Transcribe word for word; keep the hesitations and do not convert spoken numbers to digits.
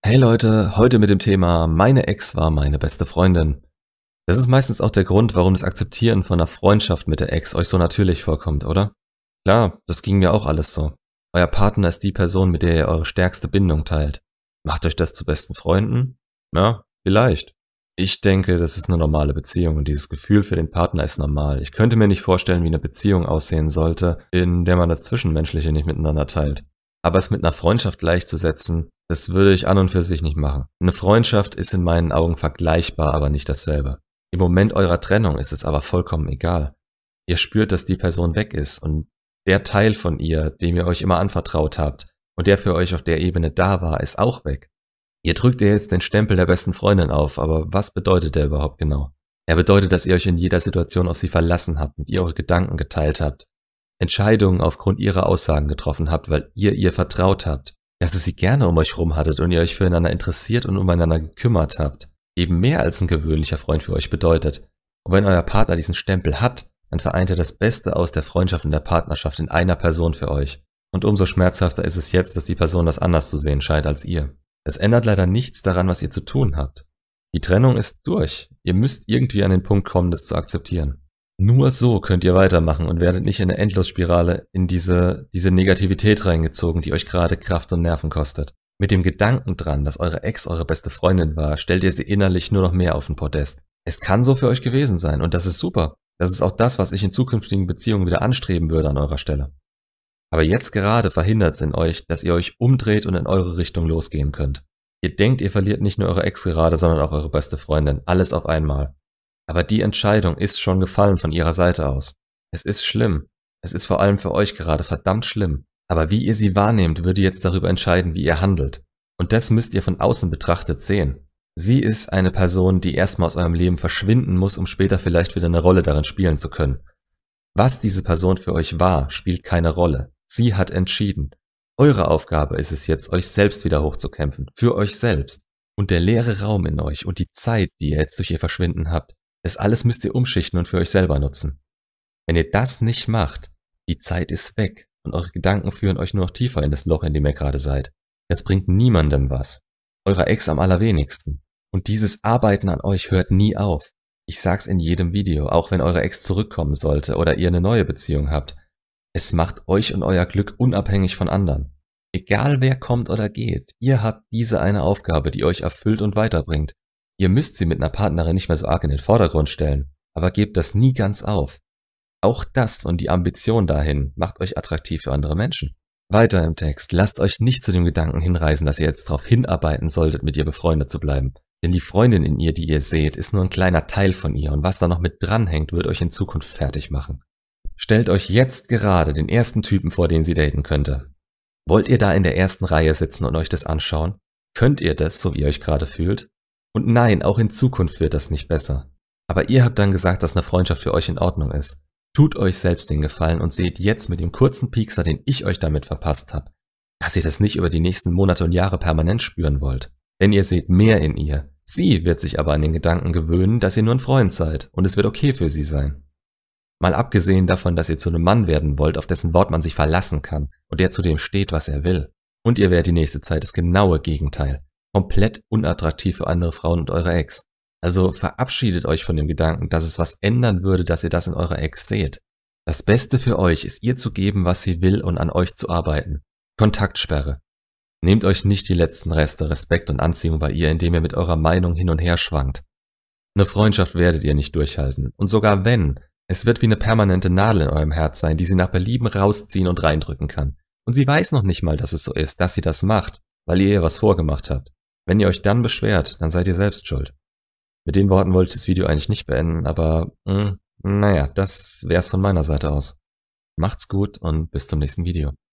Hey Leute, heute mit dem Thema meine Ex war meine beste Freundin. Das ist meistens auch der Grund, warum das Akzeptieren von einer Freundschaft mit der Ex euch so natürlich vorkommt, oder? Klar, das ging mir auch alles so. Euer Partner ist die Person, mit der ihr eure stärkste Bindung teilt. Macht euch das zu besten Freunden? Ja, vielleicht. Ich denke, das ist eine normale Beziehung und dieses Gefühl für den Partner ist normal. Ich könnte mir nicht vorstellen, wie eine Beziehung aussehen sollte, in der man das Zwischenmenschliche nicht miteinander teilt. Aber es mit einer Freundschaft gleichzusetzen, das würde ich an und für sich nicht machen. Eine Freundschaft ist in meinen Augen vergleichbar, aber nicht dasselbe. Im Moment eurer Trennung ist es aber vollkommen egal. Ihr spürt, dass die Person weg ist und der Teil von ihr, dem ihr euch immer anvertraut habt und der für euch auf der Ebene da war, ist auch weg. Ihr drückt ihr jetzt den Stempel der besten Freundin auf, aber was bedeutet der überhaupt genau? Er bedeutet, dass ihr euch in jeder Situation auf sie verlassen habt und ihr eure Gedanken geteilt habt. Entscheidungen aufgrund ihrer Aussagen getroffen habt, weil ihr ihr vertraut habt, dass ihr sie gerne um euch rum hattet und ihr euch füreinander interessiert und umeinander gekümmert habt, eben mehr als ein gewöhnlicher Freund für euch bedeutet. Und wenn euer Partner diesen Stempel hat, dann vereint er das Beste aus der Freundschaft und der Partnerschaft in einer Person für euch. Und umso schmerzhafter ist es jetzt, dass die Person das anders zu sehen scheint als ihr. Es ändert leider nichts daran, was ihr zu tun habt. Die Trennung ist durch. Ihr müsst irgendwie an den Punkt kommen, das zu akzeptieren. Nur so könnt ihr weitermachen und werdet nicht in eine Endlosspirale in diese, diese Negativität reingezogen, die euch gerade Kraft und Nerven kostet. Mit dem Gedanken dran, dass eure Ex eure beste Freundin war, stellt ihr sie innerlich nur noch mehr auf den Podest. Es kann so für euch gewesen sein und das ist super. Das ist auch das, was ich in zukünftigen Beziehungen wieder anstreben würde an eurer Stelle. Aber jetzt gerade verhindert es in euch, dass ihr euch umdreht und in eure Richtung losgehen könnt. Ihr denkt, ihr verliert nicht nur eure Ex gerade, sondern auch eure beste Freundin. Alles auf einmal. Aber die Entscheidung ist schon gefallen von ihrer Seite aus. Es ist schlimm. Es ist vor allem für euch gerade verdammt schlimm. Aber wie ihr sie wahrnehmt, würde jetzt darüber entscheiden, wie ihr handelt. Und das müsst ihr von außen betrachtet sehen. Sie ist eine Person, die erstmal aus eurem Leben verschwinden muss, um später vielleicht wieder eine Rolle darin spielen zu können. Was diese Person für euch war, spielt keine Rolle. Sie hat entschieden. Eure Aufgabe ist es jetzt, euch selbst wieder hochzukämpfen. Für euch selbst. Und der leere Raum in euch und die Zeit, die ihr jetzt durch ihr Verschwinden habt, das alles müsst ihr umschichten und für euch selber nutzen. Wenn ihr das nicht macht, die Zeit ist weg und eure Gedanken führen euch nur noch tiefer in das Loch, in dem ihr gerade seid. Es bringt niemandem was. Eurer Ex am allerwenigsten. Und dieses Arbeiten an euch hört nie auf. Ich sag's in jedem Video, auch wenn eure Ex zurückkommen sollte oder ihr eine neue Beziehung habt. Es macht euch und euer Glück unabhängig von anderen. Egal wer kommt oder geht, ihr habt diese eine Aufgabe, die euch erfüllt und weiterbringt. Ihr müsst sie mit einer Partnerin nicht mehr so arg in den Vordergrund stellen, aber gebt das nie ganz auf. Auch das und die Ambition dahin macht euch attraktiv für andere Menschen. Weiter im Text, lasst euch nicht zu dem Gedanken hinreißen, dass ihr jetzt darauf hinarbeiten solltet, mit ihr befreundet zu bleiben. Denn die Freundin in ihr, die ihr seht, ist nur ein kleiner Teil von ihr und was da noch mit dranhängt, wird euch in Zukunft fertig machen. Stellt euch jetzt gerade den ersten Typen vor, den sie daten könnte. Wollt ihr da in der ersten Reihe sitzen und euch das anschauen? Könnt ihr das, so wie ihr euch gerade fühlt? Und nein, auch in Zukunft wird das nicht besser. Aber ihr habt dann gesagt, dass eine Freundschaft für euch in Ordnung ist. Tut euch selbst den Gefallen und seht jetzt mit dem kurzen Piekser, den ich euch damit verpasst habe, dass ihr das nicht über die nächsten Monate und Jahre permanent spüren wollt. Denn ihr seht mehr in ihr. Sie wird sich aber an den Gedanken gewöhnen, dass ihr nur ein Freund seid und es wird okay für sie sein. Mal abgesehen davon, dass ihr zu einem Mann werden wollt, auf dessen Wort man sich verlassen kann und der zu dem steht, was er will. Und ihr werdet die nächste Zeit das genaue Gegenteil. Komplett unattraktiv für andere Frauen und eure Ex. Also verabschiedet euch von dem Gedanken, dass es was ändern würde, dass ihr das in eurer Ex seht. Das Beste für euch ist, ihr zu geben, was sie will und an euch zu arbeiten. Kontaktsperre. Nehmt euch nicht die letzten Reste Respekt und Anziehung bei ihr, indem ihr mit eurer Meinung hin und her schwankt. Eine Freundschaft werdet ihr nicht durchhalten. Und sogar wenn, es wird wie eine permanente Nadel in eurem Herz sein, die sie nach Belieben rausziehen und reindrücken kann. Und sie weiß noch nicht mal, dass es so ist, dass sie das macht, weil ihr ihr was vorgemacht habt. Wenn ihr euch dann beschwert, dann seid ihr selbst schuld. Mit den Worten wollte ich das Video eigentlich nicht beenden, aber mh, naja, das wär's von meiner Seite aus. Macht's gut und bis zum nächsten Video.